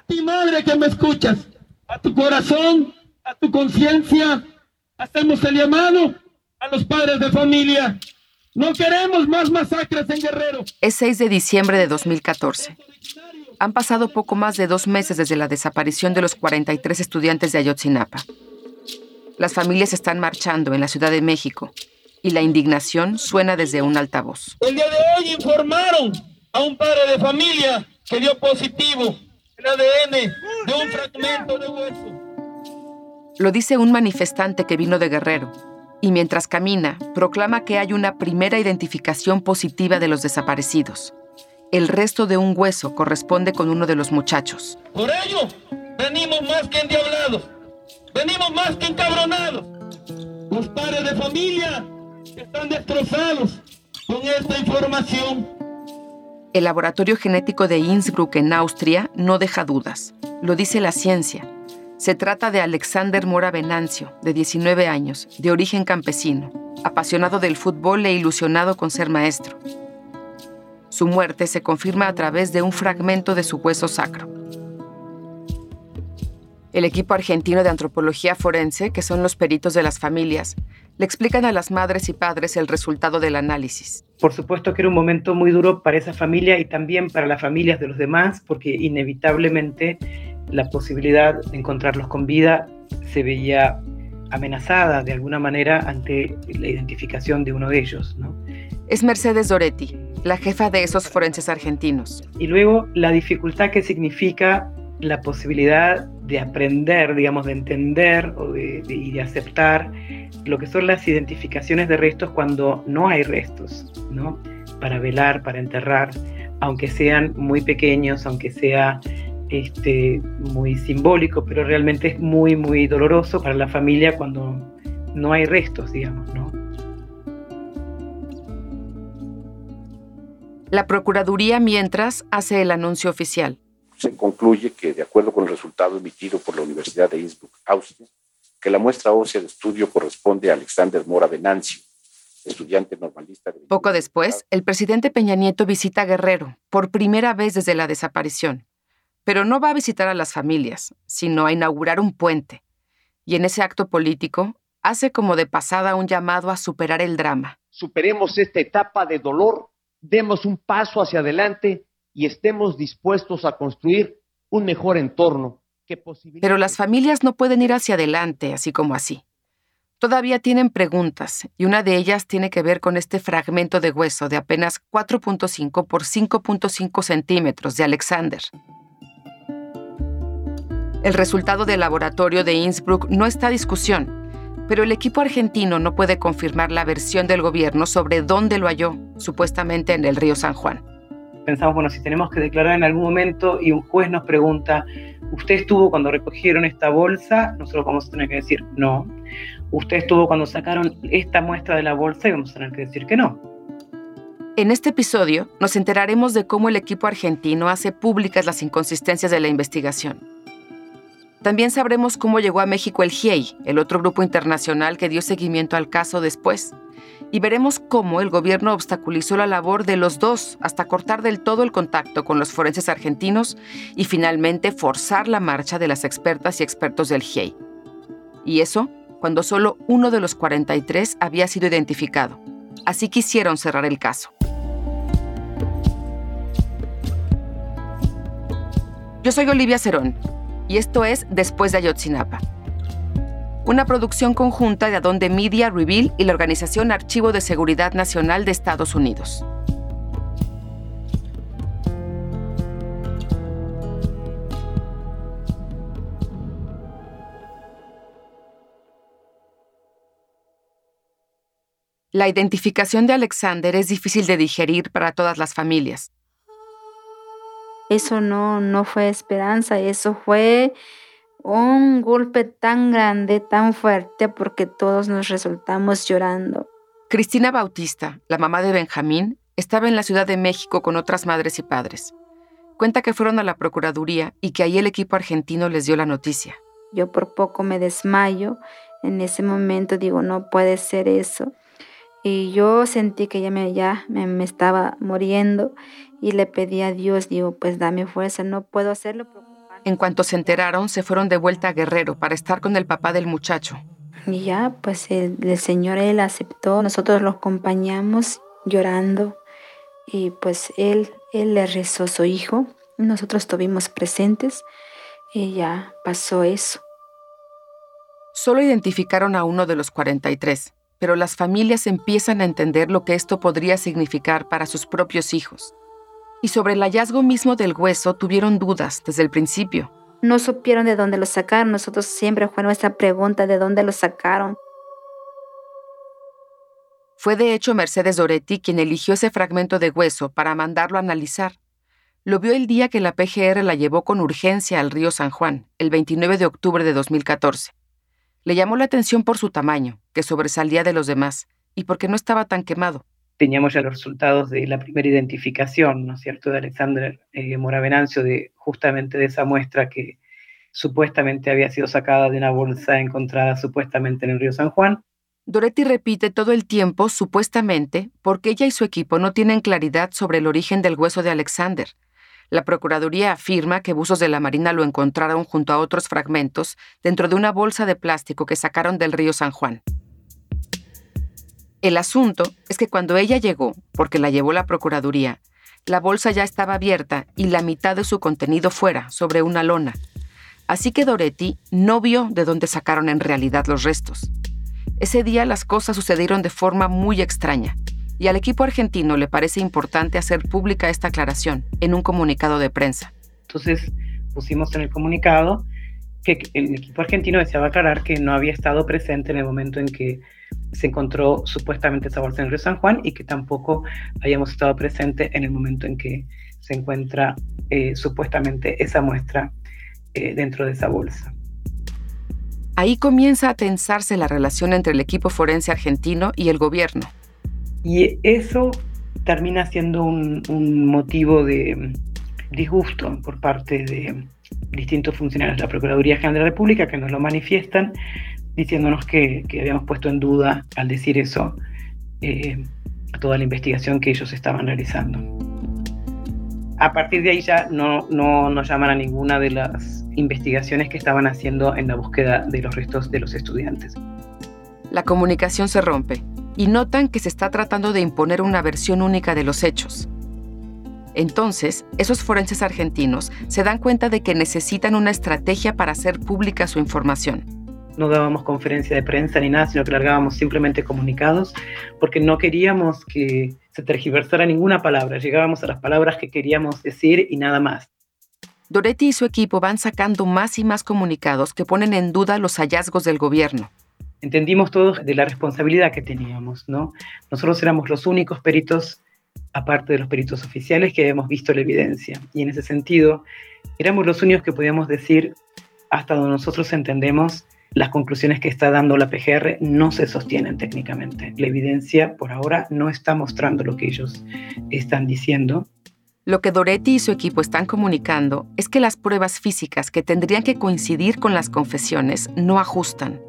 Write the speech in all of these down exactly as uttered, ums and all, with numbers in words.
ti, madre, que me escuchas, a tu corazón, a tu conciencia, hacemos el llamado a los padres de familia. No queremos más masacres en Guerrero. Es seis de diciembre de dos mil catorce. Han pasado poco más de dos meses desde la desaparición de los cuarenta y tres estudiantes de Ayotzinapa. Las familias están marchando en la Ciudad de México y la indignación suena desde un altavoz. El día de hoy informaron a un padre de familia que dio positivo el A D N de un fragmento de hueso. Lo dice un manifestante que vino de Guerrero y mientras camina proclama que hay una primera identificación positiva de los desaparecidos. El resto de un hueso corresponde con uno de los muchachos. Por ello, venimos más que endiablados, venimos más que encabronados. Los padres de familia están destrozados con esta información. El laboratorio genético de Innsbruck en Austria no deja dudas. Lo dice la ciencia. Se trata de Alexander Mora Venancio, de diecinueve años, de origen campesino, apasionado del fútbol e ilusionado con ser maestro. Su muerte se confirma a través de un fragmento de su hueso sacro. El equipo argentino de antropología forense, que son los peritos de las familias, le explican a las madres y padres el resultado del análisis. Por supuesto que era un momento muy duro para esa familia y también para las familias de los demás, porque inevitablemente la posibilidad de encontrarlos con vida se veía amenazada de alguna manera ante la identificación de uno de ellos, ¿no? Es Mercedes Doretti, la jefa de esos forenses argentinos. Y luego la dificultad que significa la posibilidad de aprender, digamos, de entender o de, de, y de aceptar lo que son las identificaciones de restos cuando no hay restos, ¿no? Para velar, para enterrar, aunque sean muy pequeños, aunque sea este, muy simbólico, pero realmente es muy, muy doloroso para la familia cuando no hay restos, digamos, ¿no? La Procuraduría, mientras, hace el anuncio oficial. Se concluye que, de acuerdo con el resultado emitido por la Universidad de Innsbruck, Austria, que la muestra ósea de estudio corresponde a Alexander Mora Venancio, estudiante normalista. De... Poco después, el presidente Peña Nieto visita Guerrero, por primera vez desde la desaparición. Pero no va a visitar a las familias, sino a inaugurar un puente. Y en ese acto político, hace como de pasada un llamado a superar el drama. Superemos esta etapa de dolor, demos un paso hacia adelante y estemos dispuestos a construir un mejor entorno que posibilite... Pero las familias no pueden ir hacia adelante así como así. Todavía tienen preguntas y una de ellas tiene que ver con este fragmento de hueso de apenas cuatro punto cinco por cinco punto cinco centímetros de Alexander. El resultado del laboratorio de Innsbruck no está a discusión, pero el equipo argentino no puede confirmar la versión del gobierno sobre dónde lo halló, supuestamente en el río San Juan. Pensamos, bueno, si tenemos que declarar en algún momento y un juez nos pregunta, ¿usted estuvo cuando recogieron esta bolsa? Nosotros vamos a tener que decir no. ¿Usted estuvo cuando sacaron esta muestra de la bolsa? Y vamos a tener que decir que no. En este episodio nos enteraremos de cómo el equipo argentino hace públicas las inconsistencias de la investigación. También sabremos cómo llegó a México el G I E I, el otro grupo internacional que dio seguimiento al caso después. Y veremos cómo el gobierno obstaculizó la labor de los dos hasta cortar del todo el contacto con los forenses argentinos y finalmente forzar la marcha de las expertas y expertos del G I E I. Y eso cuando solo uno de los cuarenta y tres había sido identificado. Así quisieron cerrar el caso. Yo soy Olivia Cerón y esto es Después de Ayotzinapa, una producción conjunta de Adonde Media, Reveal y la Organización Archivo de Seguridad Nacional de Estados Unidos. La identificación de Alexander es difícil de digerir para todas las familias. Eso no, no fue esperanza, eso fue un golpe tan grande, tan fuerte, porque todos nos resultamos llorando. Cristina Bautista, la mamá de Benjamín, estaba en la Ciudad de México con otras madres y padres. Cuenta que fueron a la Procuraduría y que ahí el equipo argentino les dio la noticia. Yo por poco me desmayo. En ese momento digo, no puede ser eso. Y yo sentí que ya me, ya me, me estaba muriendo y le pedí a Dios, digo, pues dame fuerza, no puedo hacerlo. En cuanto se enteraron, se fueron de vuelta a Guerrero para estar con el papá del muchacho. Y ya, pues el, el señor, él aceptó. Nosotros lo acompañamos llorando. Y pues él, él le rezó a su hijo. Nosotros estuvimos presentes y ya pasó eso. Solo identificaron a uno de los cuarenta y tres, pero las familias empiezan a entender lo que esto podría significar para sus propios hijos. Y sobre el hallazgo mismo del hueso tuvieron dudas desde el principio. No supieron de dónde lo sacaron. Nosotros siempre fue nuestra pregunta de dónde lo sacaron. Fue de hecho Mercedes Doretti quien eligió ese fragmento de hueso para mandarlo a analizar. Lo vio el día que la P G R la llevó con urgencia al río San Juan, el veintinueve de octubre de dos mil catorce. Le llamó la atención por su tamaño, que sobresalía de los demás, y porque no estaba tan quemado. Teníamos ya los resultados de la primera identificación, ¿no es cierto?, de Alexander eh, Mora Venancio, de, justamente de esa muestra que supuestamente había sido sacada de una bolsa encontrada supuestamente en el río San Juan. Doretti repite todo el tiempo, supuestamente, porque ella y su equipo no tienen claridad sobre el origen del hueso de Alexander. La Procuraduría afirma que buzos de la Marina lo encontraron junto a otros fragmentos dentro de una bolsa de plástico que sacaron del río San Juan. El asunto es que cuando ella llegó, porque la llevó la Procuraduría, la bolsa ya estaba abierta y la mitad de su contenido fuera, sobre una lona. Así que Doretti no vio de dónde sacaron en realidad los restos. Ese día las cosas sucedieron de forma muy extraña, y al equipo argentino le parece importante hacer pública esta aclaración en un comunicado de prensa. Entonces pusimos en el comunicado que el equipo argentino deseaba aclarar que no había estado presente en el momento en que se encontró supuestamente esa bolsa en el río San Juan y que tampoco habíamos estado presente en el momento en que se encuentra eh, supuestamente esa muestra eh, dentro de esa bolsa. Ahí comienza a tensarse la relación entre el equipo forense argentino y el gobierno. Y eso termina siendo un, un motivo de disgusto por parte de distintos funcionarios de la Procuraduría General de la República que nos lo manifiestan diciéndonos que, que habíamos puesto en duda al decir eso eh, toda la investigación que ellos estaban realizando. A partir de ahí ya no, no nos llaman a ninguna de las investigaciones que estaban haciendo en la búsqueda de los restos de los estudiantes. La comunicación se rompe y notan que se está tratando de imponer una versión única de los hechos. Entonces, esos forenses argentinos se dan cuenta de que necesitan una estrategia para hacer pública su información. No dábamos conferencia de prensa ni nada, sino que largábamos simplemente comunicados, porque no queríamos que se tergiversara ninguna palabra. Llegábamos a las palabras que queríamos decir y nada más. Doretti y su equipo van sacando más y más comunicados que ponen en duda los hallazgos del gobierno. Entendimos todos de la responsabilidad que teníamos, ¿no? Nosotros éramos los únicos peritos, aparte de los peritos oficiales, que habíamos visto la evidencia. Y en ese sentido, éramos los únicos que podíamos decir, hasta donde nosotros entendemos, las conclusiones que está dando la P G R no se sostienen técnicamente. La evidencia, por ahora, no está mostrando lo que ellos están diciendo. Lo que Doretti y su equipo están comunicando es que las pruebas físicas que tendrían que coincidir con las confesiones no ajustan.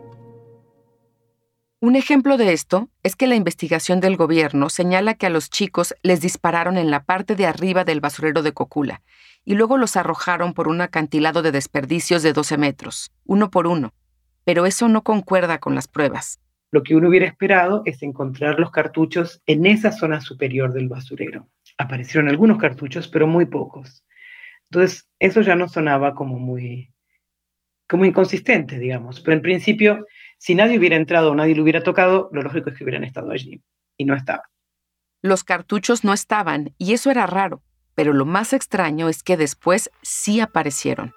Un ejemplo de esto es que la investigación del gobierno señala que a los chicos les dispararon en la parte de arriba del basurero de Cocula y luego los arrojaron por un acantilado de desperdicios de doce metros, uno por uno. Pero eso no concuerda con las pruebas. Lo que uno hubiera esperado es encontrar los cartuchos en esa zona superior del basurero. Aparecieron algunos cartuchos, pero muy pocos. Entonces, eso ya no sonaba como muy, como inconsistente, digamos. Pero en principio, si nadie hubiera entrado o nadie lo hubiera tocado, lo lógico es que hubieran estado allí. Y no estaban. Los cartuchos no estaban, y eso era raro. Pero lo más extraño es que después sí aparecieron.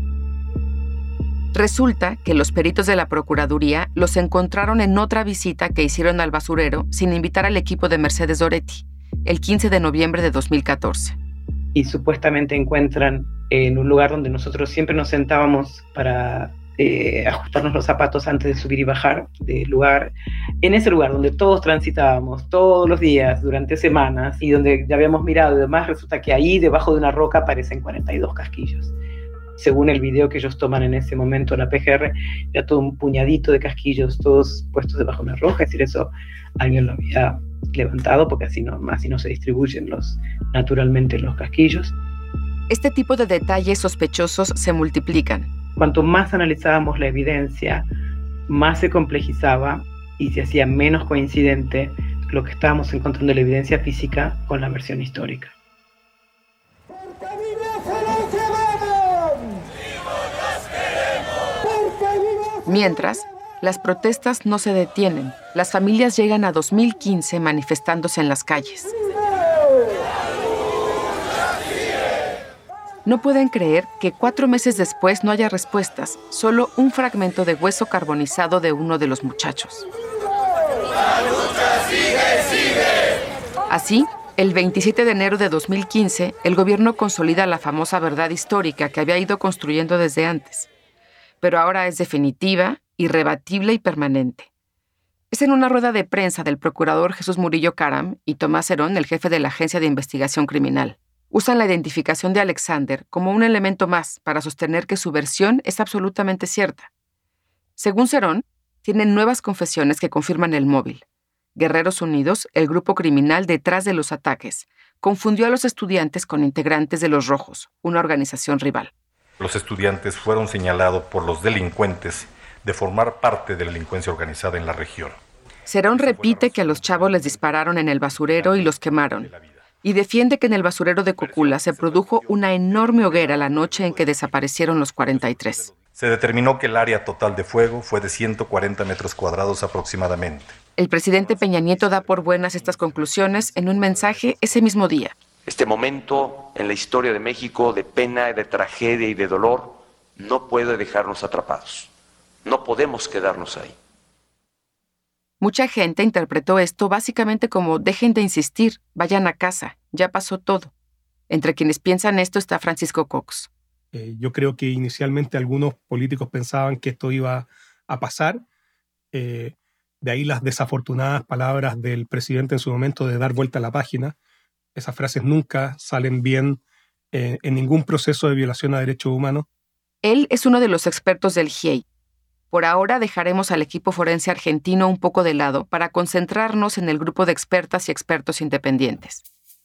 Resulta que los peritos de la Procuraduría los encontraron en otra visita que hicieron al basurero sin invitar al equipo de Mercedes Doretti, el quince de noviembre de dos mil catorce. Y supuestamente encuentran en un lugar donde nosotros siempre nos sentábamos para eh, ajustarnos los zapatos antes de subir y bajar del lugar, en ese lugar donde todos transitábamos todos los días durante semanas y donde ya habíamos mirado y demás, resulta que ahí debajo de una roca aparecen cuarenta y dos casquillos. Según el video que ellos toman en ese momento, la P G R, era todo un puñadito de casquillos, todos puestos debajo de una roca. Es decir, eso alguien lo había levantado, porque así no, así no se distribuyen los, naturalmente los casquillos. Este tipo de detalles sospechosos se multiplican. Cuanto más analizábamos la evidencia, más se complejizaba y se hacía menos coincidente lo que estábamos encontrando en la evidencia física con la versión histórica. Mientras, las protestas no se detienen. Las familias llegan a dos mil quince manifestándose en las calles. No pueden creer que cuatro meses después no haya respuestas, solo un fragmento de hueso carbonizado de uno de los muchachos. Así, el veintisiete de enero de dos mil quince, el gobierno consolida la famosa verdad histórica que había ido construyendo desde antes. Pero ahora es definitiva, irrebatible y permanente. Es en una rueda de prensa del procurador Jesús Murillo Caram y Tomás Herón, el jefe de la Agencia de Investigación Criminal. Usan la identificación de Alexander como un elemento más para sostener que su versión es absolutamente cierta. Según Cerón, tienen nuevas confesiones que confirman el móvil. Guerreros Unidos, el grupo criminal detrás de los ataques, confundió a los estudiantes con integrantes de Los Rojos, una organización rival. Los estudiantes fueron señalados por los delincuentes de formar parte de la delincuencia organizada en la región. Cerón repite que a los chavos les dispararon en el basurero y los quemaron. Y defiende que en el basurero de Cocula se produjo una enorme hoguera la noche en que desaparecieron los cuarenta y tres. Se determinó que el área total de fuego fue de ciento cuarenta metros cuadrados aproximadamente. El presidente Peña Nieto da por buenas estas conclusiones en un mensaje ese mismo día. Este momento en la historia de México de pena, de tragedia y de dolor no puede dejarnos atrapados. No podemos quedarnos ahí. Mucha gente interpretó esto básicamente como dejen de insistir, vayan a casa, ya pasó todo. Entre quienes piensan esto está Francisco Cox. Eh, yo creo que inicialmente algunos políticos pensaban que esto iba a pasar. Eh, de ahí las desafortunadas palabras del presidente en su momento de dar vuelta a la página. Esas frases nunca salen bien eh, en ningún proceso de violación a derechos humanos. Él es uno de los expertos del G I E I. Por ahora dejaremos al equipo forense argentino un poco de lado para concentrarnos en el grupo de expertas y expertos independientes.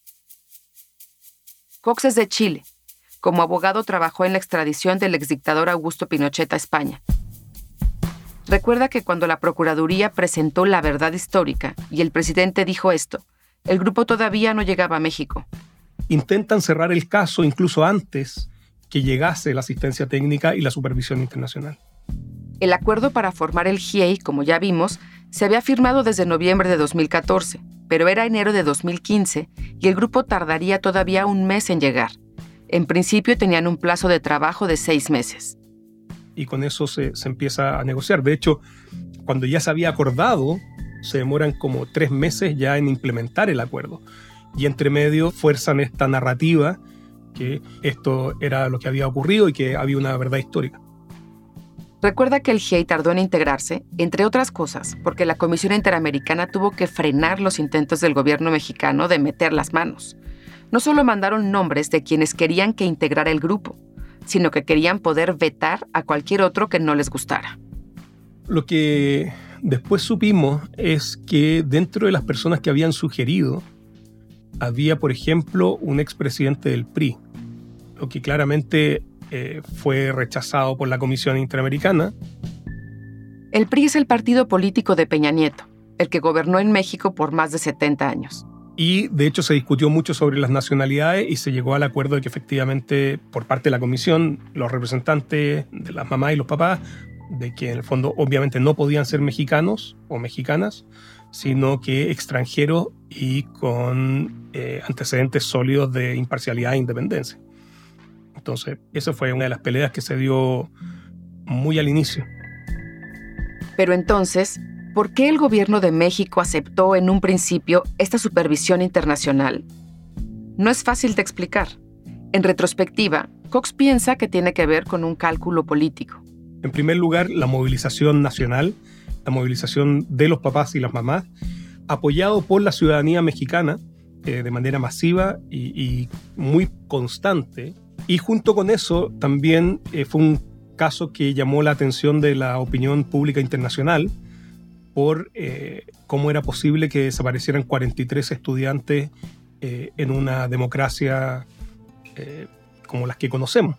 Cox es de Chile. Como abogado trabajó en la extradición del exdictador Augusto Pinochet a España. Recuerda que cuando la Procuraduría presentó la verdad histórica y el presidente dijo esto, el grupo todavía no llegaba a México. Intentan cerrar el caso incluso antes que llegase la asistencia técnica y la supervisión internacional. El acuerdo para formar el G I E I, como ya vimos, se había firmado desde noviembre de dos mil catorce, pero era enero de dos mil quince y el grupo tardaría todavía un mes en llegar. En principio tenían un plazo de trabajo de seis meses. Y con eso se, se empieza a negociar. De hecho, cuando ya se había acordado, se demoran como tres meses ya en implementar el acuerdo. Y entre medio fuerzan esta narrativa que esto era lo que había ocurrido y que había una verdad histórica. Recuerda que el G I E I tardó en integrarse, entre otras cosas, porque la Comisión Interamericana tuvo que frenar los intentos del gobierno mexicano de meter las manos. No solo mandaron nombres de quienes querían que integrara el grupo, sino que querían poder vetar a cualquier otro que no les gustara. Lo que después supimos es que dentro de las personas que habían sugerido, había, por ejemplo, un expresidente del P R I, lo que claramente eh, fue rechazado por la Comisión Interamericana. El P R I es el partido político de Peña Nieto, el que gobernó en México por más de setenta años. Y, de hecho, se discutió mucho sobre las nacionalidades y se llegó al acuerdo de que, efectivamente, por parte de la Comisión, los representantes de las mamás y los papás, de que, en el fondo, obviamente no podían ser mexicanos o mexicanas, sino que extranjeros y con eh, antecedentes sólidos de imparcialidad e independencia. Entonces, esa fue una de las peleas que se dio muy al inicio. Pero entonces, ¿por qué el gobierno de México aceptó en un principio esta supervisión internacional? No es fácil de explicar. En retrospectiva, Cox piensa que tiene que ver con un cálculo político. En primer lugar, la movilización nacional, la movilización de los papás y las mamás, apoyado por la ciudadanía mexicana eh, de manera masiva y, y muy constante. Y junto con eso también eh, fue un caso que llamó la atención de la opinión pública internacional por eh, cómo era posible que desaparecieran cuarenta y tres estudiantes eh, en una democracia eh, como las que conocemos.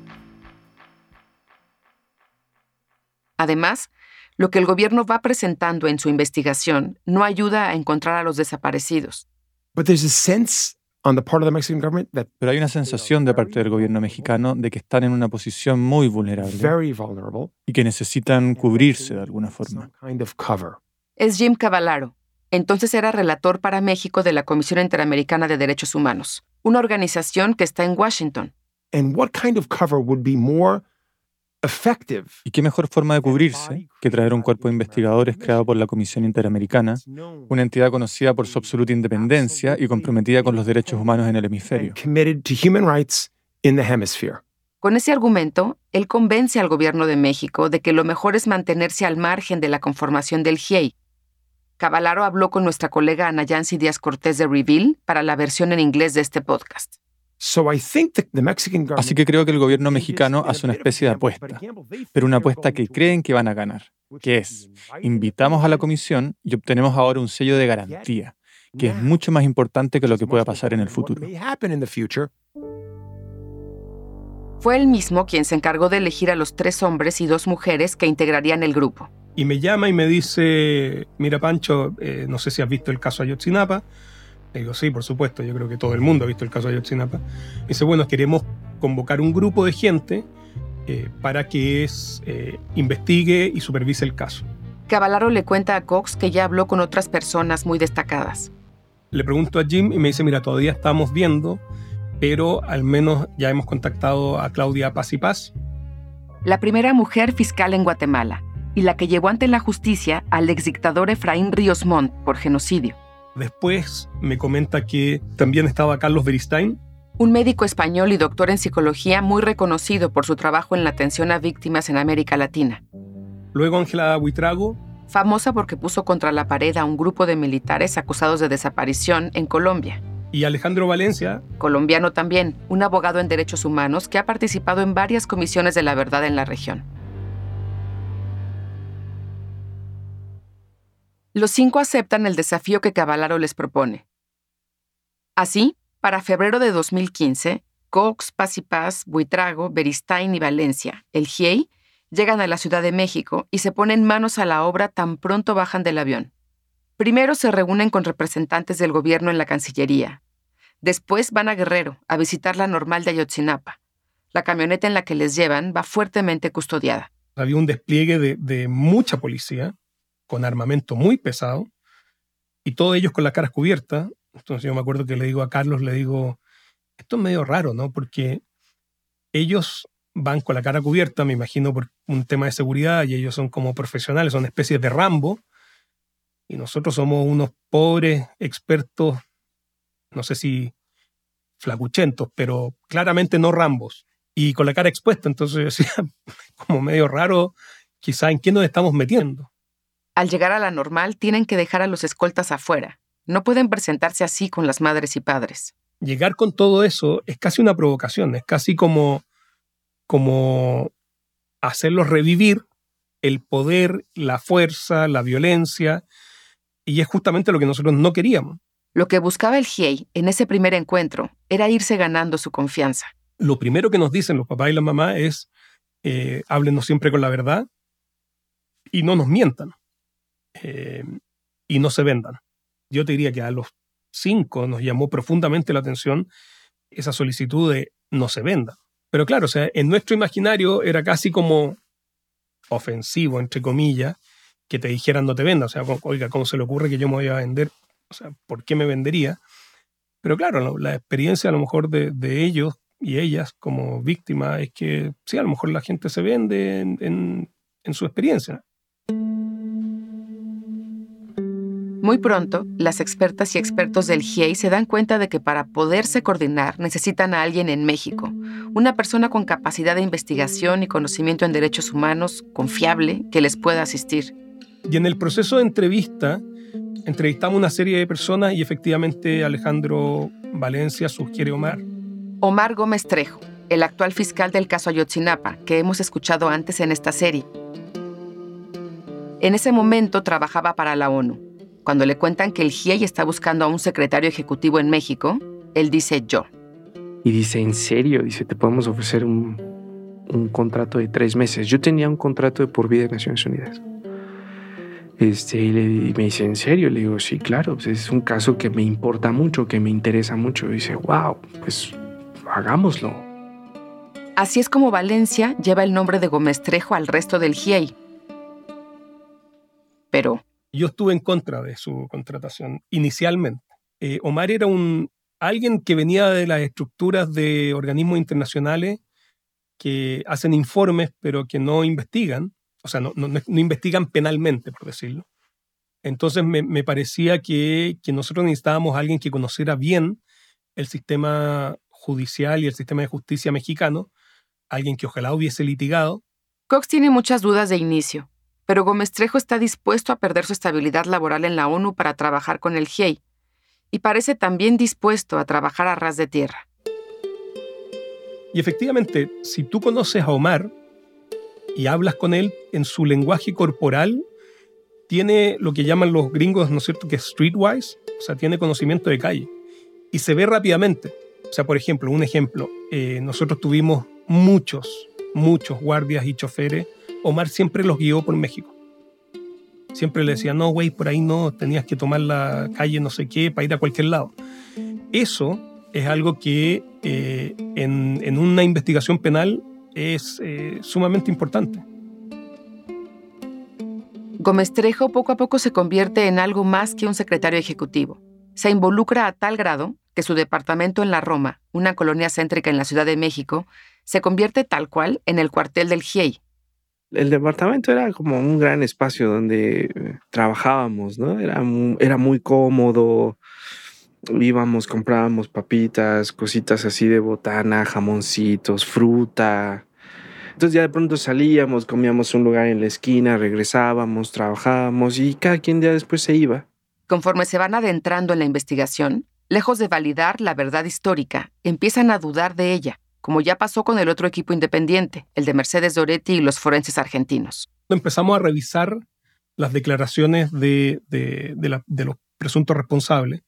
Además, lo que el gobierno va presentando en su investigación no ayuda a encontrar a los desaparecidos. But there's a sense on the part of the Mexican government that Pero hay una sensación de parte del gobierno mexicano de que están en una posición muy vulnerable very vulnerable, y que necesitan cubrirse de alguna forma. some kind of cover. Es Jim Cavallaro. Entonces era relator para México de la Comisión Interamericana de Derechos Humanos, una organización que está en Washington. And what kind of cover would be more effective? ¿Y qué mejor forma de cubrirse que traer un cuerpo de investigadores creado por la Comisión Interamericana, una entidad conocida por su absoluta independencia y comprometida con los derechos humanos en el hemisferio? Committed to human rights in the hemisphere. Con ese argumento, él convence al gobierno de México de que lo mejor es mantenerse al margen de la conformación del G I E I. Cavallaro habló con nuestra colega Ana Yancy Díaz Cortés de Reveal para la versión en inglés de este podcast. So I think that the Mexican government, Así que creo que el gobierno mexicano hace una especie de apuesta, pero una apuesta que creen que van a ganar, que es, invitamos a la comisión y obtenemos ahora un sello de garantía, que es mucho más importante que lo que pueda pasar en el futuro. may happen in the future. Fue él mismo quien se encargó de elegir a los tres hombres y dos mujeres que integrarían el grupo. Y me llama y me dice, mira Pancho, eh, no sé si has visto el caso Ayotzinapa. Le digo, sí, por supuesto, yo creo que todo el mundo ha visto el caso Ayotzinapa. Me dice, bueno, queremos convocar un grupo de gente eh, para que es, eh, investigue y supervise el caso. Cavallaro le cuenta a Cox que ya habló con otras personas muy destacadas. Le pregunto a Jim y me dice, mira, todavía estamos viendo, pero al menos ya hemos contactado a Claudia Paz y Paz. La primera mujer fiscal en Guatemala y la que llevó ante la justicia al exdictador Efraín Ríos Montt por genocidio. Después me comenta que también estaba Carlos Beristain, Un médico español y doctor en psicología muy reconocido por su trabajo en la atención a víctimas en América Latina. luego Ángela Buitrago, Famosa porque puso contra la pared a un grupo de militares acusados de desaparición en Colombia. y Alejandro Valencia, Colombiano también, un abogado en derechos humanos que ha participado en varias comisiones de la verdad en la región. Los cinco aceptan el desafío que Cavallaro les propone. Así, para febrero de dos mil quince, Cox, Paz y Paz, Buitrago, Beristain y Valencia, el G I E I, llegan a la Ciudad de México y se ponen manos a la obra tan pronto bajan del avión. Primero se reúnen con representantes del gobierno en la Cancillería. Después van a Guerrero a visitar la Normal de Ayotzinapa. La camioneta en la que les llevan va fuertemente custodiada. había un despliegue de, de mucha policía, con armamento muy pesado, y todos ellos con las caras cubiertas. Entonces yo me acuerdo que le digo a Carlos, le digo, esto es medio raro, ¿no? Porque ellos van con la cara cubierta, me imagino por un tema de seguridad, y ellos son como profesionales, son especies de Rambo, y nosotros somos unos pobres expertos, no sé si flacuchentos, pero claramente no Rambos, y con la cara expuesta. Entonces yo decía, como medio raro, quizá en qué nos estamos metiendo. Al llegar a la Normal, tienen que dejar a los escoltas afuera. No pueden presentarse así con las madres y padres. Llegar con todo eso es casi una provocación, es casi como, como hacerlos revivir el poder, la fuerza, la violencia, y es justamente lo que nosotros no queríamos. Lo que buscaba el G I E I en ese primer encuentro era irse ganando su confianza. Lo primero que nos dicen los papás y las mamás es, eh, háblenos siempre con la verdad y no nos mientan. Eh, y no se vendan. Yo te diría que a los cinco nos llamó profundamente la atención esa solicitud de no se vendan. Pero claro, o sea, en nuestro imaginario era casi como ofensivo, entre comillas, que te dijeran no te vendas. O sea, oiga, ¿cómo se le ocurre que yo me voy a vender? O sea, ¿por qué me vendería? Pero claro, la, la experiencia a lo mejor de, de ellos y ellas como víctimas es que sí, a lo mejor la gente se vende en, en, en su experiencia. Muy pronto, las expertas y expertos del G I E I se dan cuenta de que para poderse coordinar necesitan a alguien en México, una persona con capacidad de investigación y conocimiento en derechos humanos, confiable, que les pueda asistir. Y en el proceso de entrevista, entrevistamos una serie de personas y efectivamente Alejandro Valencia sugiere Omar. Omar Gómez Trejo, el actual fiscal del caso Ayotzinapa, que hemos escuchado antes en esta serie. En ese momento trabajaba para la ONU. Cuando le cuentan que el G I E I está buscando a un secretario ejecutivo en México, él dice yo. Y dice, ¿en serio? Dice, te podemos ofrecer un, un contrato de tres meses. Yo tenía un contrato de por vida en Naciones Unidas. Este, y, le, y me dice, ¿en serio? Le digo, sí, claro. Pues es un caso que me importa mucho, que me interesa mucho. Y dice, wow, pues hagámoslo. Así es como Valencia lleva el nombre de Gómez Trejo al resto del G I E I. Pero... yo estuve en contra de su contratación inicialmente. Eh, Omar era un, alguien que venía de las estructuras de organismos internacionales que hacen informes, pero que no investigan. O sea, no, no, no investigan penalmente, por decirlo. Entonces me, me parecía que, que nosotros necesitábamos a alguien que conociera bien el sistema judicial y el sistema de justicia mexicano, alguien que ojalá hubiese litigado. Cox tiene muchas dudas de inicio, pero Gómez Trejo está dispuesto a perder su estabilidad laboral en la ONU para trabajar con el G I E I, y parece también dispuesto a trabajar a ras de tierra. Y efectivamente, si tú conoces a Omar y hablas con él, en su lenguaje corporal tiene lo que llaman los gringos, ¿no es cierto?, que es streetwise, o sea, tiene conocimiento de calle. Y se ve rápidamente. O sea, por ejemplo, un ejemplo, eh, nosotros tuvimos muchos, muchos guardias y choferes. Omar siempre los guió por México. Siempre le decía, no, güey, por ahí no, tenías que tomar la calle no sé qué para ir a cualquier lado. Eso es algo que eh, en, en una investigación penal es eh, sumamente importante. Gómez Trejo poco a poco se convierte en algo más que un secretario ejecutivo. Se involucra a tal grado que su departamento en la Roma, una colonia céntrica en la Ciudad de México, se convierte tal cual en el cuartel del G I E I. El departamento era como un gran espacio donde trabajábamos, ¿no? Era muy, era muy cómodo. Íbamos, comprábamos papitas, cositas así de botana, jamoncitos, fruta. Entonces ya de pronto salíamos, comíamos un lugar en la esquina, regresábamos, trabajábamos y cada quien ya después se iba. Conforme se van adentrando en la investigación, lejos de validar la verdad histórica, empiezan a dudar de ella, como ya pasó con el otro equipo independiente, el de Mercedes Doretti y los forenses argentinos. Empezamos a revisar las declaraciones de, de, de, la, de los presuntos responsables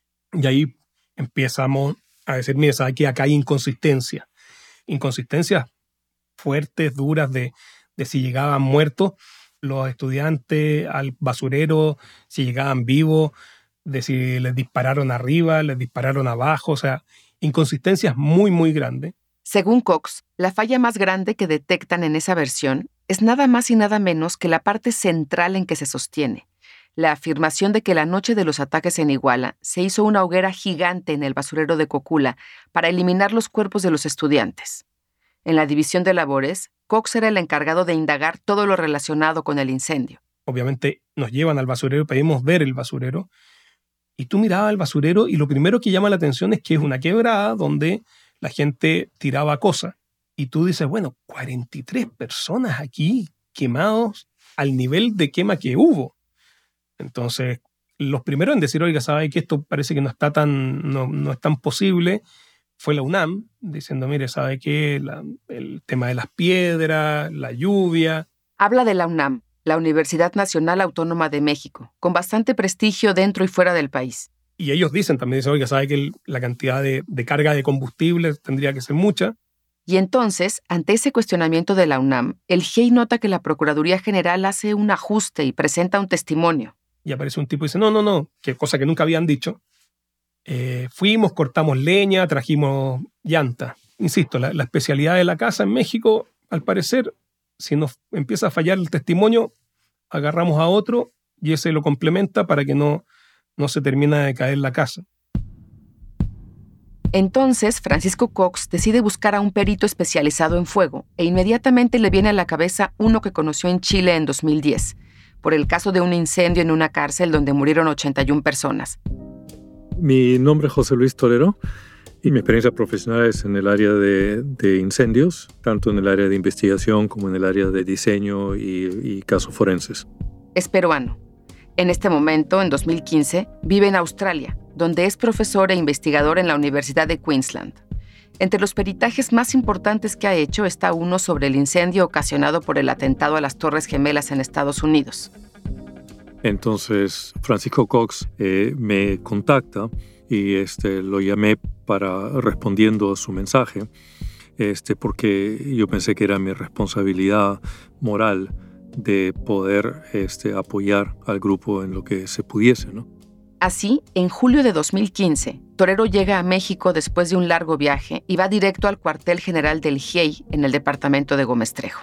y ahí empezamos a decir, mira, ¿sabes qué? Acá hay inconsistencia. Inconsistencias fuertes, duras, de, de si llegaban muertos los estudiantes al basurero, si llegaban vivos, de si les dispararon arriba, les dispararon abajo, o sea, inconsistencias muy, muy grandes. Según Cox, la falla más grande que detectan en esa versión es nada más y nada menos que la parte central en que se sostiene, la afirmación de que la noche de los ataques en Iguala se hizo una hoguera gigante en el basurero de Cocula para eliminar los cuerpos de los estudiantes. En la división de labores, Cox era el encargado de indagar todo lo relacionado con el incendio. Obviamente nos llevan al basurero y pedimos ver el basurero. Y tú mirabas el basurero y lo primero que llama la atención es que es una quebrada donde la gente tiraba cosas. Y tú dices, bueno, cuarenta y tres personas aquí quemados al nivel de quema que hubo. Entonces, los primeros en decir, oiga, ¿sabe que esto parece que no está tan, no, no es tan posible? Fue la UNAM, diciendo, mire, ¿sabe qué? La, el tema de las piedras, la lluvia. Habla de la UNAM, la Universidad Nacional Autónoma de México, con bastante prestigio dentro y fuera del país. Y ellos dicen también, dicen, oiga, ¿sabe que el, la cantidad de, de carga de combustible tendría que ser mucha? Y entonces, ante ese cuestionamiento de la UNAM, el G I E I nota que la Procuraduría General hace un ajuste y presenta un testimonio. Y aparece un tipo y dice, no, no, no, que cosa que nunca habían dicho. Eh, fuimos, cortamos leña, trajimos llanta. Insisto, la, la especialidad de la casa en México, al parecer, si nos empieza a fallar el testimonio, agarramos a otro y ese lo complementa para que no, no se termine de caer la casa. Entonces, Francisco Cox decide buscar a un perito especializado en fuego e inmediatamente le viene a la cabeza uno que conoció en Chile en dos mil diez, por el caso de un incendio en una cárcel donde murieron ochenta y una personas. Mi nombre es José Luis Torero y mi experiencia profesional es en el área de, de incendios, tanto en el área de investigación como en el área de diseño y, y casos forenses. Es peruano. En este momento, en dos mil quince, vive en Australia, donde es profesor e investigador en la Universidad de Queensland. Entre los peritajes más importantes que ha hecho está uno sobre el incendio ocasionado por el atentado a las Torres Gemelas en Estados Unidos. Entonces Francisco Cox eh, me contacta y este, lo llamé para respondiendo a su mensaje, este, porque yo pensé que era mi responsabilidad moral de poder este, apoyar al grupo en lo que se pudiese, ¿no? Así, en julio de dos mil quince, Torero llega a México después de un largo viaje y va directo al cuartel general del G I E I en el departamento de Gómez Trejo.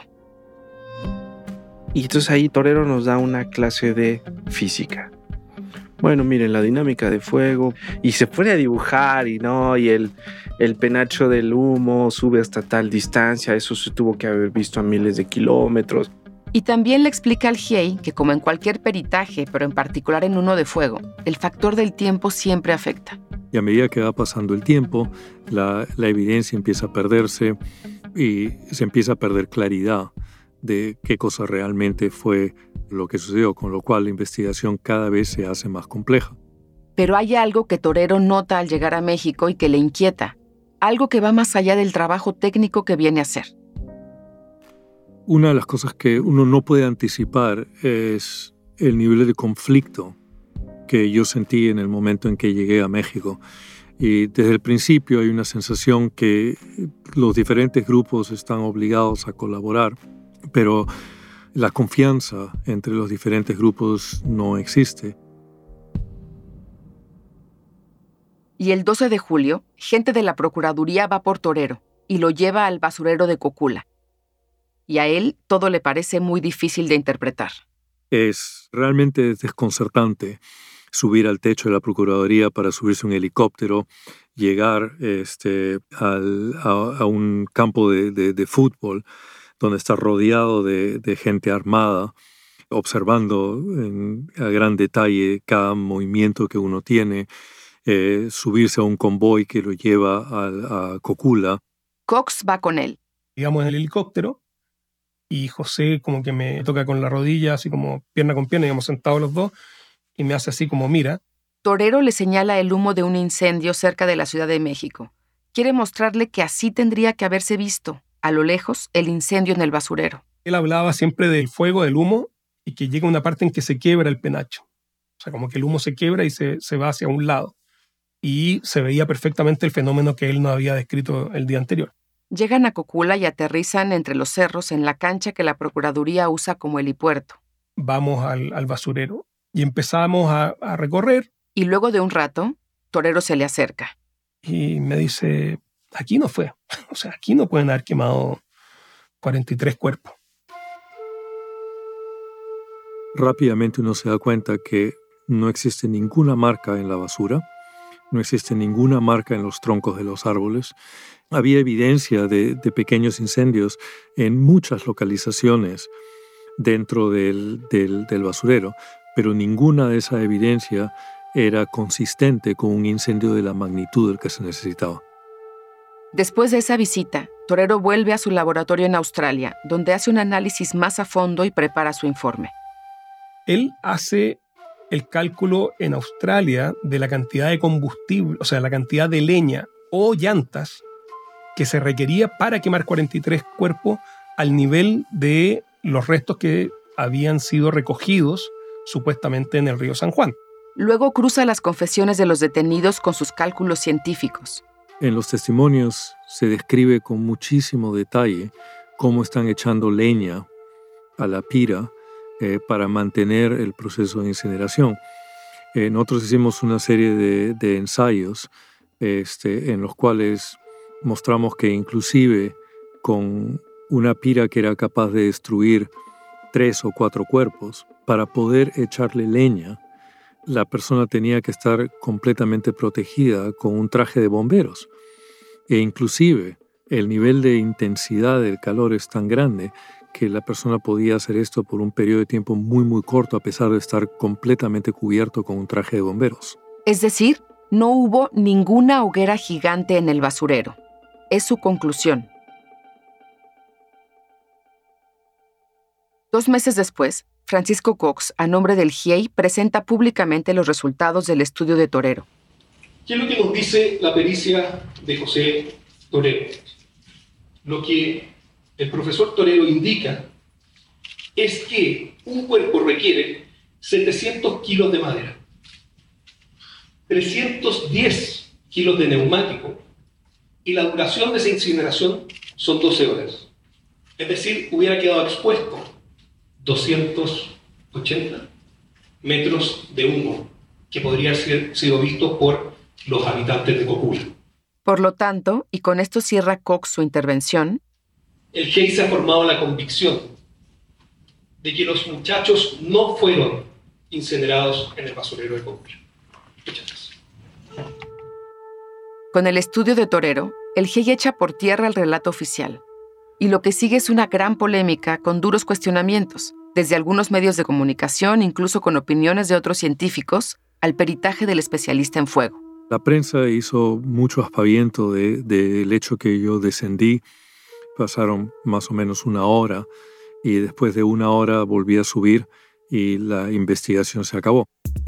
Y entonces ahí Torero nos da una clase de física. Bueno, miren, la dinámica de fuego. Y se pone a dibujar y no, y el, el penacho del humo sube hasta tal distancia. Eso se tuvo que haber visto a miles de kilómetros. Y también le explica al G I E I que, como en cualquier peritaje, pero en particular en uno de fuego, el factor del tiempo siempre afecta. Y a medida que va pasando el tiempo, la, la evidencia empieza a perderse y se empieza a perder claridad de qué cosa realmente fue lo que sucedió, con lo cual la investigación cada vez se hace más compleja. Pero hay algo que Torero nota al llegar a México y que le inquieta, algo que va más allá del trabajo técnico que viene a hacer. Una de las cosas que uno no puede anticipar es el nivel de conflicto que yo sentí en el momento en que llegué a México. Y desde el principio hay una sensación que los diferentes grupos están obligados a colaborar, pero la confianza entre los diferentes grupos no existe. Y el doce de julio, gente de la Procuraduría va por Torero y lo lleva al basurero de Cocula. Y a él todo le parece muy difícil de interpretar. Es realmente desconcertante subir al techo de la Procuraduría para subirse a un helicóptero, llegar este, al, a, a un campo de, de, de fútbol donde está rodeado de, de gente armada, observando en, a gran detalle cada movimiento que uno tiene, eh, subirse a un convoy que lo lleva a, a Cocula. Cox va con él. Llegamos en el helicóptero y José como que me toca con la rodilla, así como pierna con pierna, íbamos sentados los dos, y me hace así como mira. Torero le señala el humo de un incendio cerca de la Ciudad de México. Quiere mostrarle que así tendría que haberse visto, a lo lejos, el incendio en el basurero. Él hablaba siempre del fuego, del humo, y que llega una parte en que se quiebra el penacho. O sea, como que el humo se quiebra y se, se va hacia un lado. Y se veía perfectamente el fenómeno que él no había descrito el día anterior. Llegan a Cocula y aterrizan entre los cerros en la cancha que la Procuraduría usa como helipuerto. Vamos al, al basurero y empezamos a, a recorrer. Y luego de un rato, Torero se le acerca. Y me dice, aquí no fue. O sea, aquí no pueden haber quemado cuarenta y tres cuerpos. Rápidamente uno se da cuenta que no existe ninguna marca en la basura, no existe ninguna marca en los troncos de los árboles. Había evidencia de, de pequeños incendios en muchas localizaciones dentro del, del, del basurero, pero ninguna de esa evidencia era consistente con un incendio de la magnitud del que se necesitaba. Después de esa visita, Torero vuelve a su laboratorio en Australia, donde hace un análisis más a fondo y prepara su informe. Él hace el cálculo en Australia de la cantidad de combustible, o sea, la cantidad de leña o llantas que se requería para quemar cuarenta y tres cuerpos al nivel de los restos que habían sido recogidos supuestamente en el río San Juan. Luego cruza las confesiones de los detenidos con sus cálculos científicos. En los testimonios se describe con muchísimo detalle cómo están echando leña a la pira eh, para mantener el proceso de incineración. Eh, nosotros hicimos una serie de, de ensayos este, en los cuales mostramos que inclusive con una pira que era capaz de destruir tres o cuatro cuerpos, para poder echarle leña, la persona tenía que estar completamente protegida con un traje de bomberos. E inclusive el nivel de intensidad del calor es tan grande que la persona podía hacer esto por un periodo de tiempo muy muy corto a pesar de estar completamente cubierto con un traje de bomberos. Es decir, no hubo ninguna hoguera gigante en el basurero. Es su conclusión. Dos meses después, Francisco Cox, a nombre del G I E I, presenta públicamente los resultados del estudio de Torero. ¿Qué es lo que nos dice la pericia de José Torero? Lo que el profesor Torero indica es que un cuerpo requiere setecientos kilos de madera, trescientos diez kilos de neumático, y la duración de esa incineración son doce horas. Es decir, hubiera quedado expuesto doscientos ochenta metros de humo que podría haber sido visto por los habitantes de Cocula. Por lo tanto, y con esto cierra Cox su intervención, el G I E I se ha formado la convicción de que los muchachos no fueron incinerados en el basurero de Cocula. Muchas gracias. Con el estudio de Torero, el G I E I echa por tierra el relato oficial. Y lo que sigue es una gran polémica con duros cuestionamientos, desde algunos medios de comunicación, incluso con opiniones de otros científicos, al peritaje del especialista en fuego. La prensa hizo mucho aspaviento del de, de hecho que yo descendí. Pasaron más o menos una hora y después de una hora volví a subir y la investigación se acabó.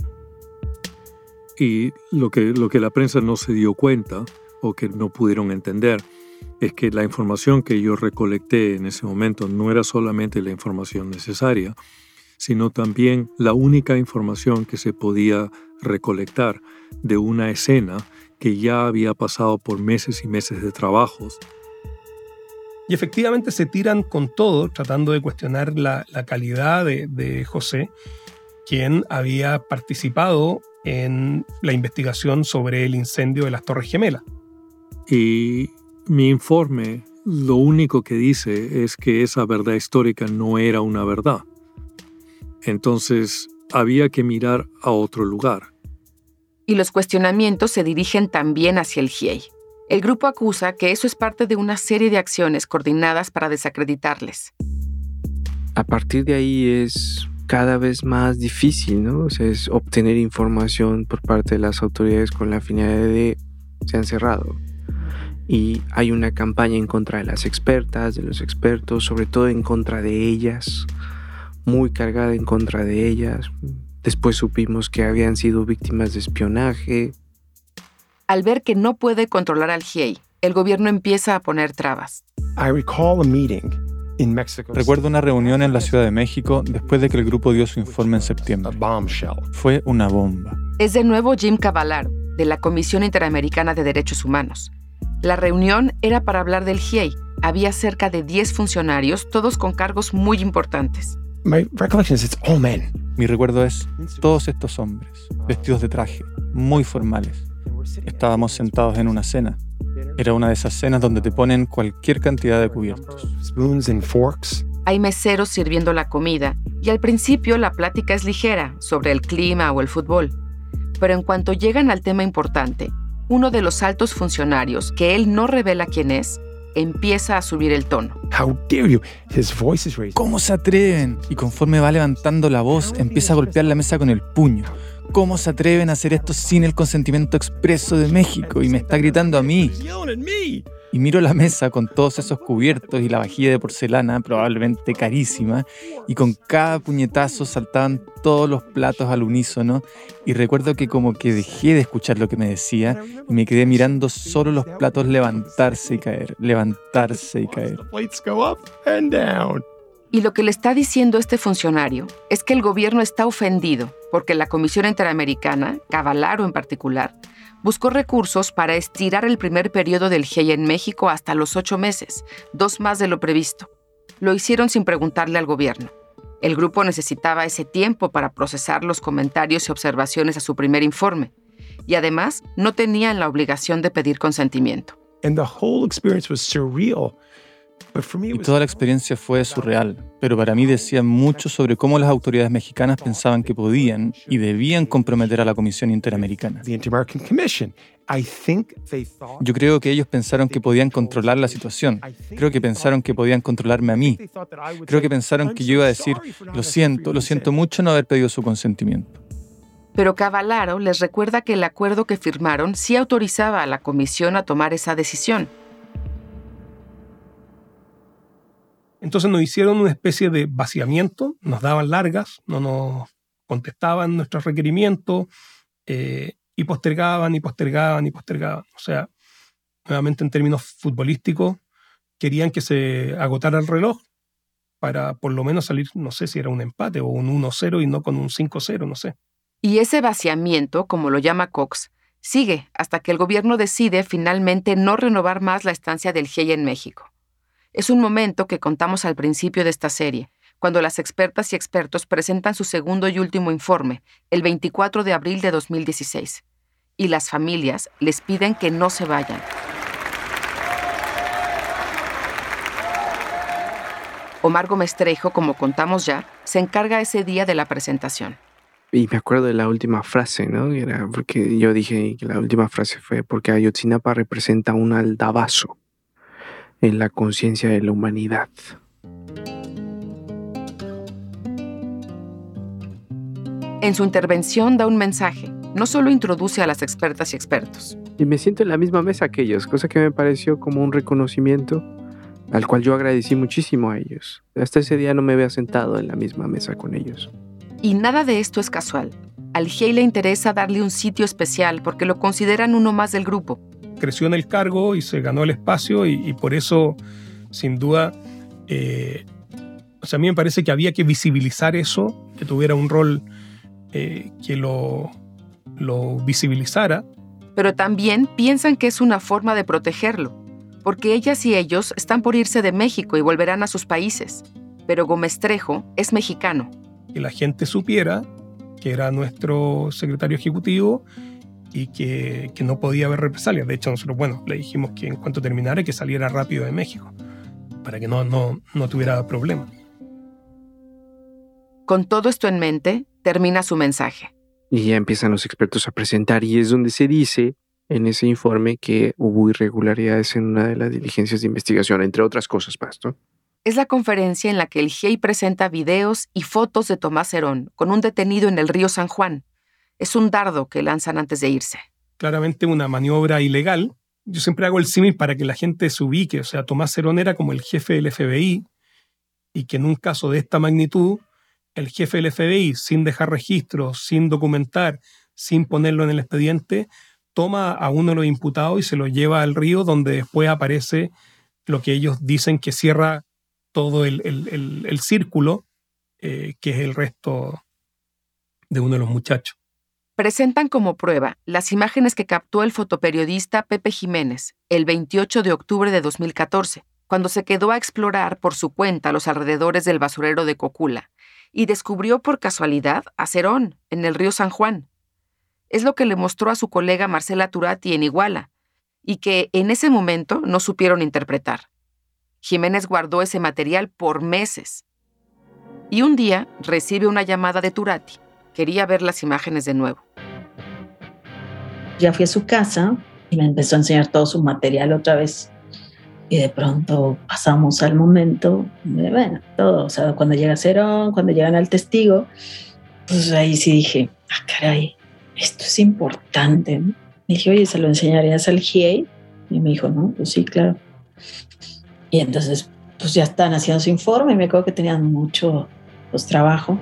Y lo que, lo que la prensa no se dio cuenta o que no pudieron entender es que la información que yo recolecté en ese momento no era solamente la información necesaria, sino también la única información que se podía recolectar de una escena que ya había pasado por meses y meses de trabajos. Y efectivamente se tiran con todo, tratando de cuestionar la, la calidad de, de José, quien había participado en la investigación sobre el incendio de las Torres Gemelas. Y mi informe lo único que dice es que esa verdad histórica no era una verdad. Entonces había que mirar a otro lugar. Y los cuestionamientos se dirigen también hacia el G I E I. El grupo acusa que eso es parte de una serie de acciones coordinadas para desacreditarles. A partir de ahí es cada vez más difícil, ¿no? O sea, es obtener información por parte de las autoridades con la finalidad de se han cerrado. Y hay una campaña en contra de las expertas, de los expertos, sobre todo en contra de ellas, muy cargada en contra de ellas. Después supimos que habían sido víctimas de espionaje. Al ver que no puede controlar al G I E I, el gobierno empieza a poner trabas. Recuerdo una reunión en la Ciudad de México después de que el grupo dio su informe en septiembre. Fue una bomba. Es de nuevo Jim Cavallaro, de la Comisión Interamericana de Derechos Humanos. La reunión era para hablar del G I E I. Había cerca de diez funcionarios, todos con cargos muy importantes. Mi recuerdo es todos estos hombres, vestidos de traje, muy formales. Estábamos sentados en una cena. Era una de esas cenas donde te ponen cualquier cantidad de cubiertos. Hay meseros sirviendo la comida y al principio la plática es ligera sobre el clima o el fútbol. Pero en cuanto llegan al tema importante, uno de los altos funcionarios, que él no revela quién es, empieza a subir el tono. ¿Cómo se atreven? Y conforme va levantando la voz, empieza a golpear la mesa con el puño. ¿Cómo se atreven a hacer esto sin el consentimiento expreso de México? Y me está gritando a mí. Y miro la mesa con todos esos cubiertos y la vajilla de porcelana, probablemente carísima, y con cada puñetazo saltaban todos los platos al unísono, y recuerdo que como que dejé de escuchar lo que me decía y me quedé mirando solo los platos levantarse y caer, levantarse y caer. Y lo que le está diciendo este funcionario es que el gobierno está ofendido porque la Comisión Interamericana, Cavallaro en particular, buscó recursos para estirar el primer periodo del G I E I en México hasta los ocho meses, dos más de lo previsto. Lo hicieron sin preguntarle al gobierno. El grupo necesitaba ese tiempo para procesar los comentarios y observaciones a su primer informe. Y además, no tenían la obligación de pedir consentimiento. And the whole experience was surreal. Y toda la experiencia fue surreal, pero para mí decía mucho sobre cómo las autoridades mexicanas pensaban que podían y debían comprometer a la Comisión Interamericana. Yo creo que ellos pensaron que podían controlar la situación. Creo que pensaron que podían controlarme a mí. Creo que pensaron que yo iba a decir, lo siento, lo siento mucho no haber pedido su consentimiento. Pero Cavallaro les recuerda que el acuerdo que firmaron sí autorizaba a la Comisión a tomar esa decisión. Entonces nos hicieron una especie de vaciamiento, nos daban largas, no nos contestaban nuestros requerimientos eh, y postergaban y postergaban y postergaban. O sea, nuevamente en términos futbolísticos, querían que se agotara el reloj para por lo menos salir, no sé si era un empate o un uno cero y no con un cinco cero, no sé. Y ese vaciamiento, como lo llama Cox, sigue hasta que el gobierno decide finalmente no renovar más la estancia del G I E I en México. Es un momento que contamos al principio de esta serie, cuando las expertas y expertos presentan su segundo y último informe, el veinticuatro de abril de dos mil dieciséis. Y las familias les piden que no se vayan. Omar Gómez Trejo, como contamos ya, se encarga ese día de la presentación. Y me acuerdo de la última frase, ¿no? Era porque yo dije que la última frase fue porque Ayotzinapa representa un aldabazo en la conciencia de la humanidad. En su intervención da un mensaje. No solo introduce a las expertas y expertos. Y me siento en la misma mesa que ellos, cosa que me pareció como un reconocimiento al cual yo agradecí muchísimo a ellos. Hasta ese día no me había sentado en la misma mesa con ellos. Y nada de esto es casual. Al G I E I le interesa darle un sitio especial porque lo consideran uno más del grupo. Creció en el cargo y se ganó el espacio y, y por eso, sin duda, eh, o sea, a mí me parece que había que visibilizar eso, que tuviera un rol eh, que lo, lo visibilizara. Pero también piensan que es una forma de protegerlo, porque ellas y ellos están por irse de México y volverán a sus países. Pero Gómez Trejo es mexicano. Que la gente supiera que era nuestro secretario ejecutivo y que, que no podía haber represalias. De hecho, nosotros, bueno, le dijimos que en cuanto terminara que saliera rápido de México, para que no, no, no tuviera problema. Con todo esto en mente, termina su mensaje. Y ya empiezan los expertos a presentar y es donde se dice en ese informe que hubo irregularidades en una de las diligencias de investigación, entre otras cosas más, ¿no? Es la conferencia en la que el G I E I presenta videos y fotos de Tomás Herón con un detenido en el río San Juan. Es un dardo que lanzan antes de irse. Claramente una maniobra ilegal. Yo siempre hago el símil para que la gente se ubique. O sea, Tomás Herón era como el jefe del F B I y que en un caso de esta magnitud, el jefe del F B I, sin dejar registros, sin documentar, sin ponerlo en el expediente, toma a uno de los imputados y se lo lleva al río donde después aparece lo que ellos dicen que cierra todo el, el, el, el círculo, eh, que es el resto de uno de los muchachos. Presentan como prueba las imágenes que captó el fotoperiodista Pepe Jiménez el veintiocho de octubre de dos mil catorce, cuando se quedó a explorar por su cuenta los alrededores del basurero de Cocula y descubrió por casualidad a Cerón en el río San Juan. Es lo que le mostró a su colega Marcela Turati en Iguala y que en ese momento no supieron interpretar. Jiménez guardó ese material por meses. Y un día recibe una llamada de Turati. Quería ver las imágenes de nuevo. Ya fui a su casa y me empezó a enseñar todo su material otra vez. Y de pronto pasamos al momento de, bueno, todo. O sea, cuando llega Cerón, cuando llegan al testigo, pues ahí sí dije, ah, caray, esto es importante, ¿no? Le dije, oye, ¿se lo enseñarías al G I E I? Y me dijo, no, pues sí, claro. Y entonces, pues ya están haciendo su informe y me acuerdo que tenían mucho pues, trabajo.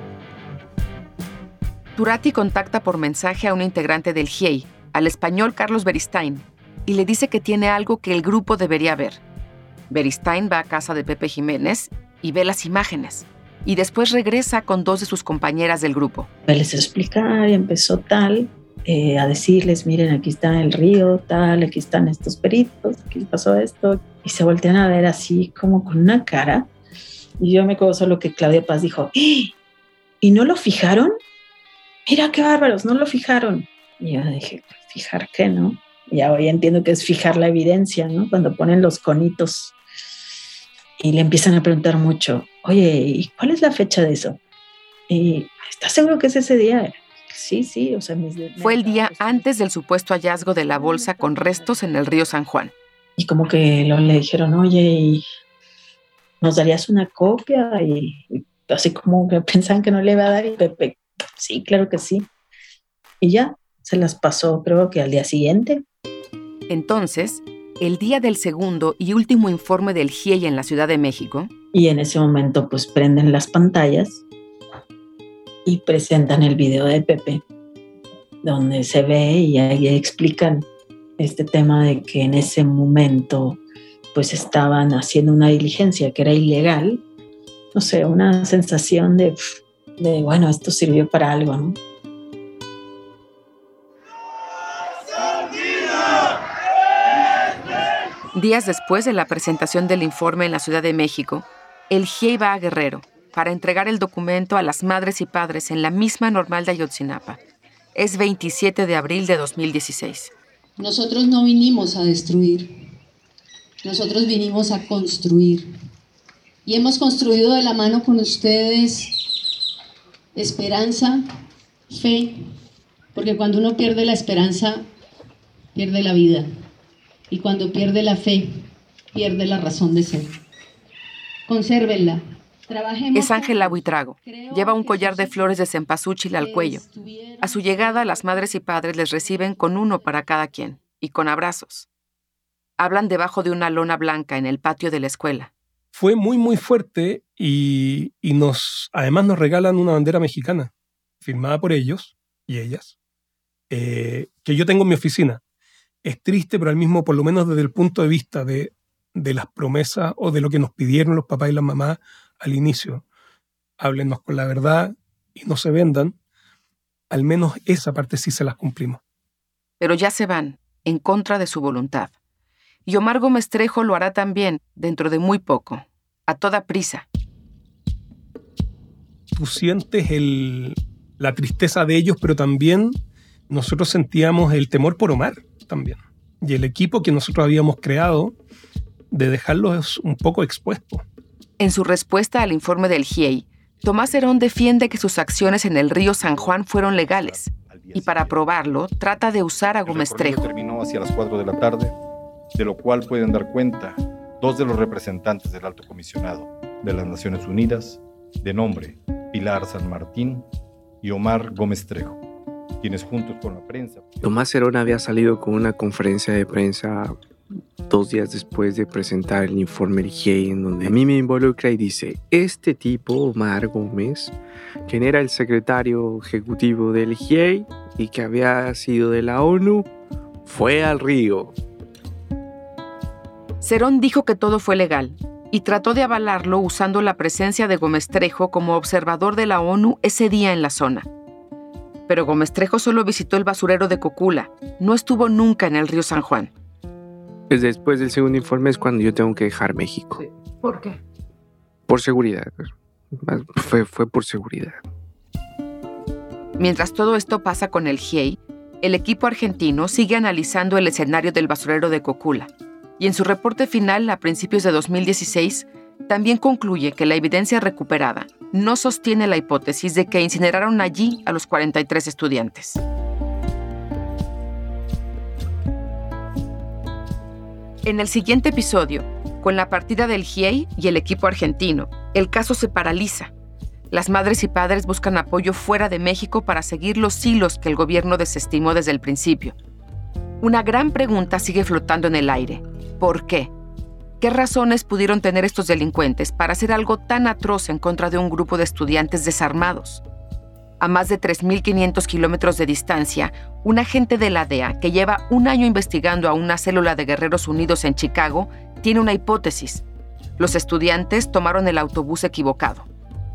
Turati contacta por mensaje a un integrante del G I E I, al español Carlos Beristain, y le dice que tiene algo que el grupo debería ver. Beristain va a casa de Pepe Jiménez y ve las imágenes, y después regresa con dos de sus compañeras del grupo. Les explicar y empezó tal, eh, a decirles, miren, aquí está el río, tal, aquí están estos peritos, aquí pasó esto, y se voltean a ver así como con una cara, y yo me acuerdo solo que Claudia Paz dijo, ¡eh! ¿Y no lo fijaron? Mira qué bárbaros, no lo fijaron. Y yo dije, ¿fijar qué, no? Y ya hoy entiendo que es fijar la evidencia, ¿no? Cuando ponen los conitos y le empiezan a preguntar mucho, oye, ¿y cuál es la fecha de eso? ¿Y estás seguro que es ese día? Sí, sí, o sea... Mis Fue el día antes del supuesto hallazgo de la bolsa con restos en el río San Juan. Y como que lo, le dijeron, oye, ¿nos darías una copia? Y, y así como que pensaban que no le iba a dar, y Pepe, sí, claro que sí. Y ya, se las pasó creo que al día siguiente. Entonces, el día del segundo y último informe del G I E I en la Ciudad de México. Y en ese momento pues prenden las pantallas y presentan el video de Pepe, donde se ve y ahí explican este tema de que en ese momento pues estaban haciendo una diligencia que era ilegal no sé, una sensación de, de bueno, esto sirvió para algo, ¿no? Días después de la presentación del informe en la Ciudad de México, el G I E I va a Guerrero para entregar el documento a las madres y padres en la misma Normal de Ayotzinapa. Es veintisiete de abril de dos mil dieciséis. Nosotros no vinimos a destruir, nosotros vinimos a construir. Y hemos construido de la mano con ustedes esperanza, fe, porque cuando uno pierde la esperanza, pierde la vida. Y cuando pierde la fe, pierde la razón de ser. Consérvenla. Trabajemos. Es Ángela Buitrago. Lleva un collar de flores de cempasúchil al cuello. A su llegada, las madres y padres les reciben con uno para cada quien y con abrazos. Hablan debajo de una lona blanca en el patio de la escuela. Fue muy, muy fuerte y, y nos, además nos regalan una bandera mexicana firmada por ellos y ellas, eh, que yo tengo en mi oficina. Es triste, pero al mismo, por lo menos desde el punto de vista de, de las promesas o de lo que nos pidieron los papás y las mamás al inicio. Háblennos con la verdad y no se vendan. Al menos esa parte sí se las cumplimos. Pero ya se van, en contra de su voluntad. Y Omar Gómez Trejo lo hará también, dentro de muy poco, a toda prisa. Tú sientes el, la tristeza de ellos, pero también nosotros sentíamos el temor por Omar también. Y el equipo que nosotros habíamos creado de dejarlos un poco expuestos. En su respuesta al informe del G I E I, Tomás Herón defiende que sus acciones en el río San Juan fueron legales. Y para probarlo, trata de usar a Gómez Trejo. Terminó hacia las cuatro de la tarde, de lo cual pueden dar cuenta dos de los representantes del Alto Comisionado de las Naciones Unidas, de nombre Pilar San Martín y Omar Gómez Trejo, quienes juntos con la prensa... Tomás Herón había salido con una conferencia de prensa dos días después de presentar el informe del G I E I, en donde a mí me involucra y dice, este tipo, Omar Gómez, quien era el secretario ejecutivo del G I E I y que había sido de la ONU, fue al río. Cerón dijo que todo fue legal y trató de avalarlo usando la presencia de Gómez Trejo como observador de la ONU ese día en la zona. Pero Gómez Trejo solo visitó el basurero de Cocula, no estuvo nunca en el río San Juan. Pues después del segundo informe es cuando yo tengo que dejar México. Sí. ¿Por qué? Por seguridad. Fue, fue por seguridad. Mientras todo esto pasa con el G I E I, el equipo argentino sigue analizando el escenario del basurero de Cocula. Y en su reporte final, a principios de dos mil dieciséis, también concluye que la evidencia recuperada no sostiene la hipótesis de que incineraron allí a los cuarenta y tres estudiantes. En el siguiente episodio, con la partida del G I E I y el equipo argentino, el caso se paraliza. Las madres y padres buscan apoyo fuera de México para seguir los hilos que el gobierno desestimó desde el principio. Una gran pregunta sigue flotando en el aire. ¿Por qué? ¿Qué razones pudieron tener estos delincuentes para hacer algo tan atroz en contra de un grupo de estudiantes desarmados? A más de tres mil quinientos kilómetros de distancia, un agente de la D E A que lleva un año investigando a una célula de Guerreros Unidos en Chicago tiene una hipótesis. Los estudiantes tomaron el autobús equivocado.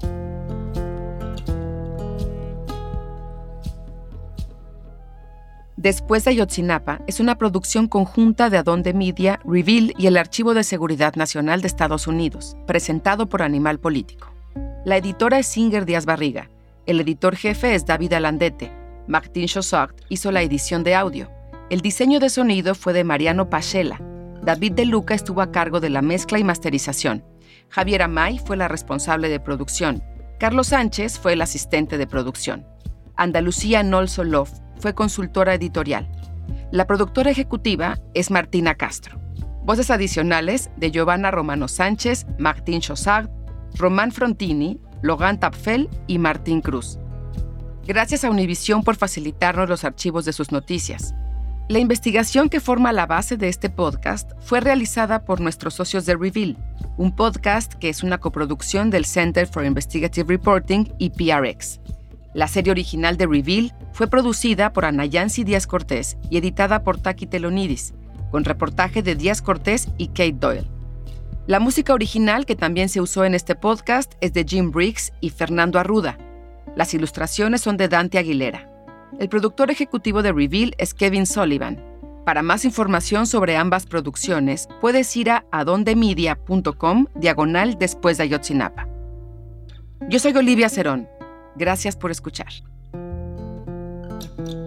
Después de Ayotzinapa es una producción conjunta de Adonde Media, Reveal y el Archivo de Seguridad Nacional de Estados Unidos, presentado por Animal Político. La editora es Singer Díaz Barriga. El editor jefe es David Alandete. Martín Chossart hizo la edición de audio. El diseño de sonido fue de Mariano Pachela. David De Luca estuvo a cargo de la mezcla y masterización. Javier Amay fue la responsable de producción. Carlos Sánchez fue el asistente de producción. Andalucía Nolsolov fue consultora editorial. La productora ejecutiva es Martina Castro. Voces adicionales de Giovanna Romano Sánchez, Martín Chossart, Román Frontini, Logan Tapfel y Martín Cruz. Gracias a Univisión por facilitarnos los archivos de sus noticias. La investigación que forma la base de este podcast fue realizada por nuestros socios de Reveal, un podcast que es una coproducción del Center for Investigative Reporting y P R X. La serie original de Reveal fue producida por Ana Yancy Díaz Cortés y editada por Taki Telonidis, con reportaje de Díaz Cortés y Kate Doyle. La música original que también se usó en este podcast es de Jim Briggs y Fernando Arruda. Las ilustraciones son de Dante Aguilera. El productor ejecutivo de Reveal es Kevin Sullivan. Para más información sobre ambas producciones, puedes ir a adondemedia.com diagonal después de Ayotzinapa. Yo soy Olivia Cerón. Gracias por escuchar.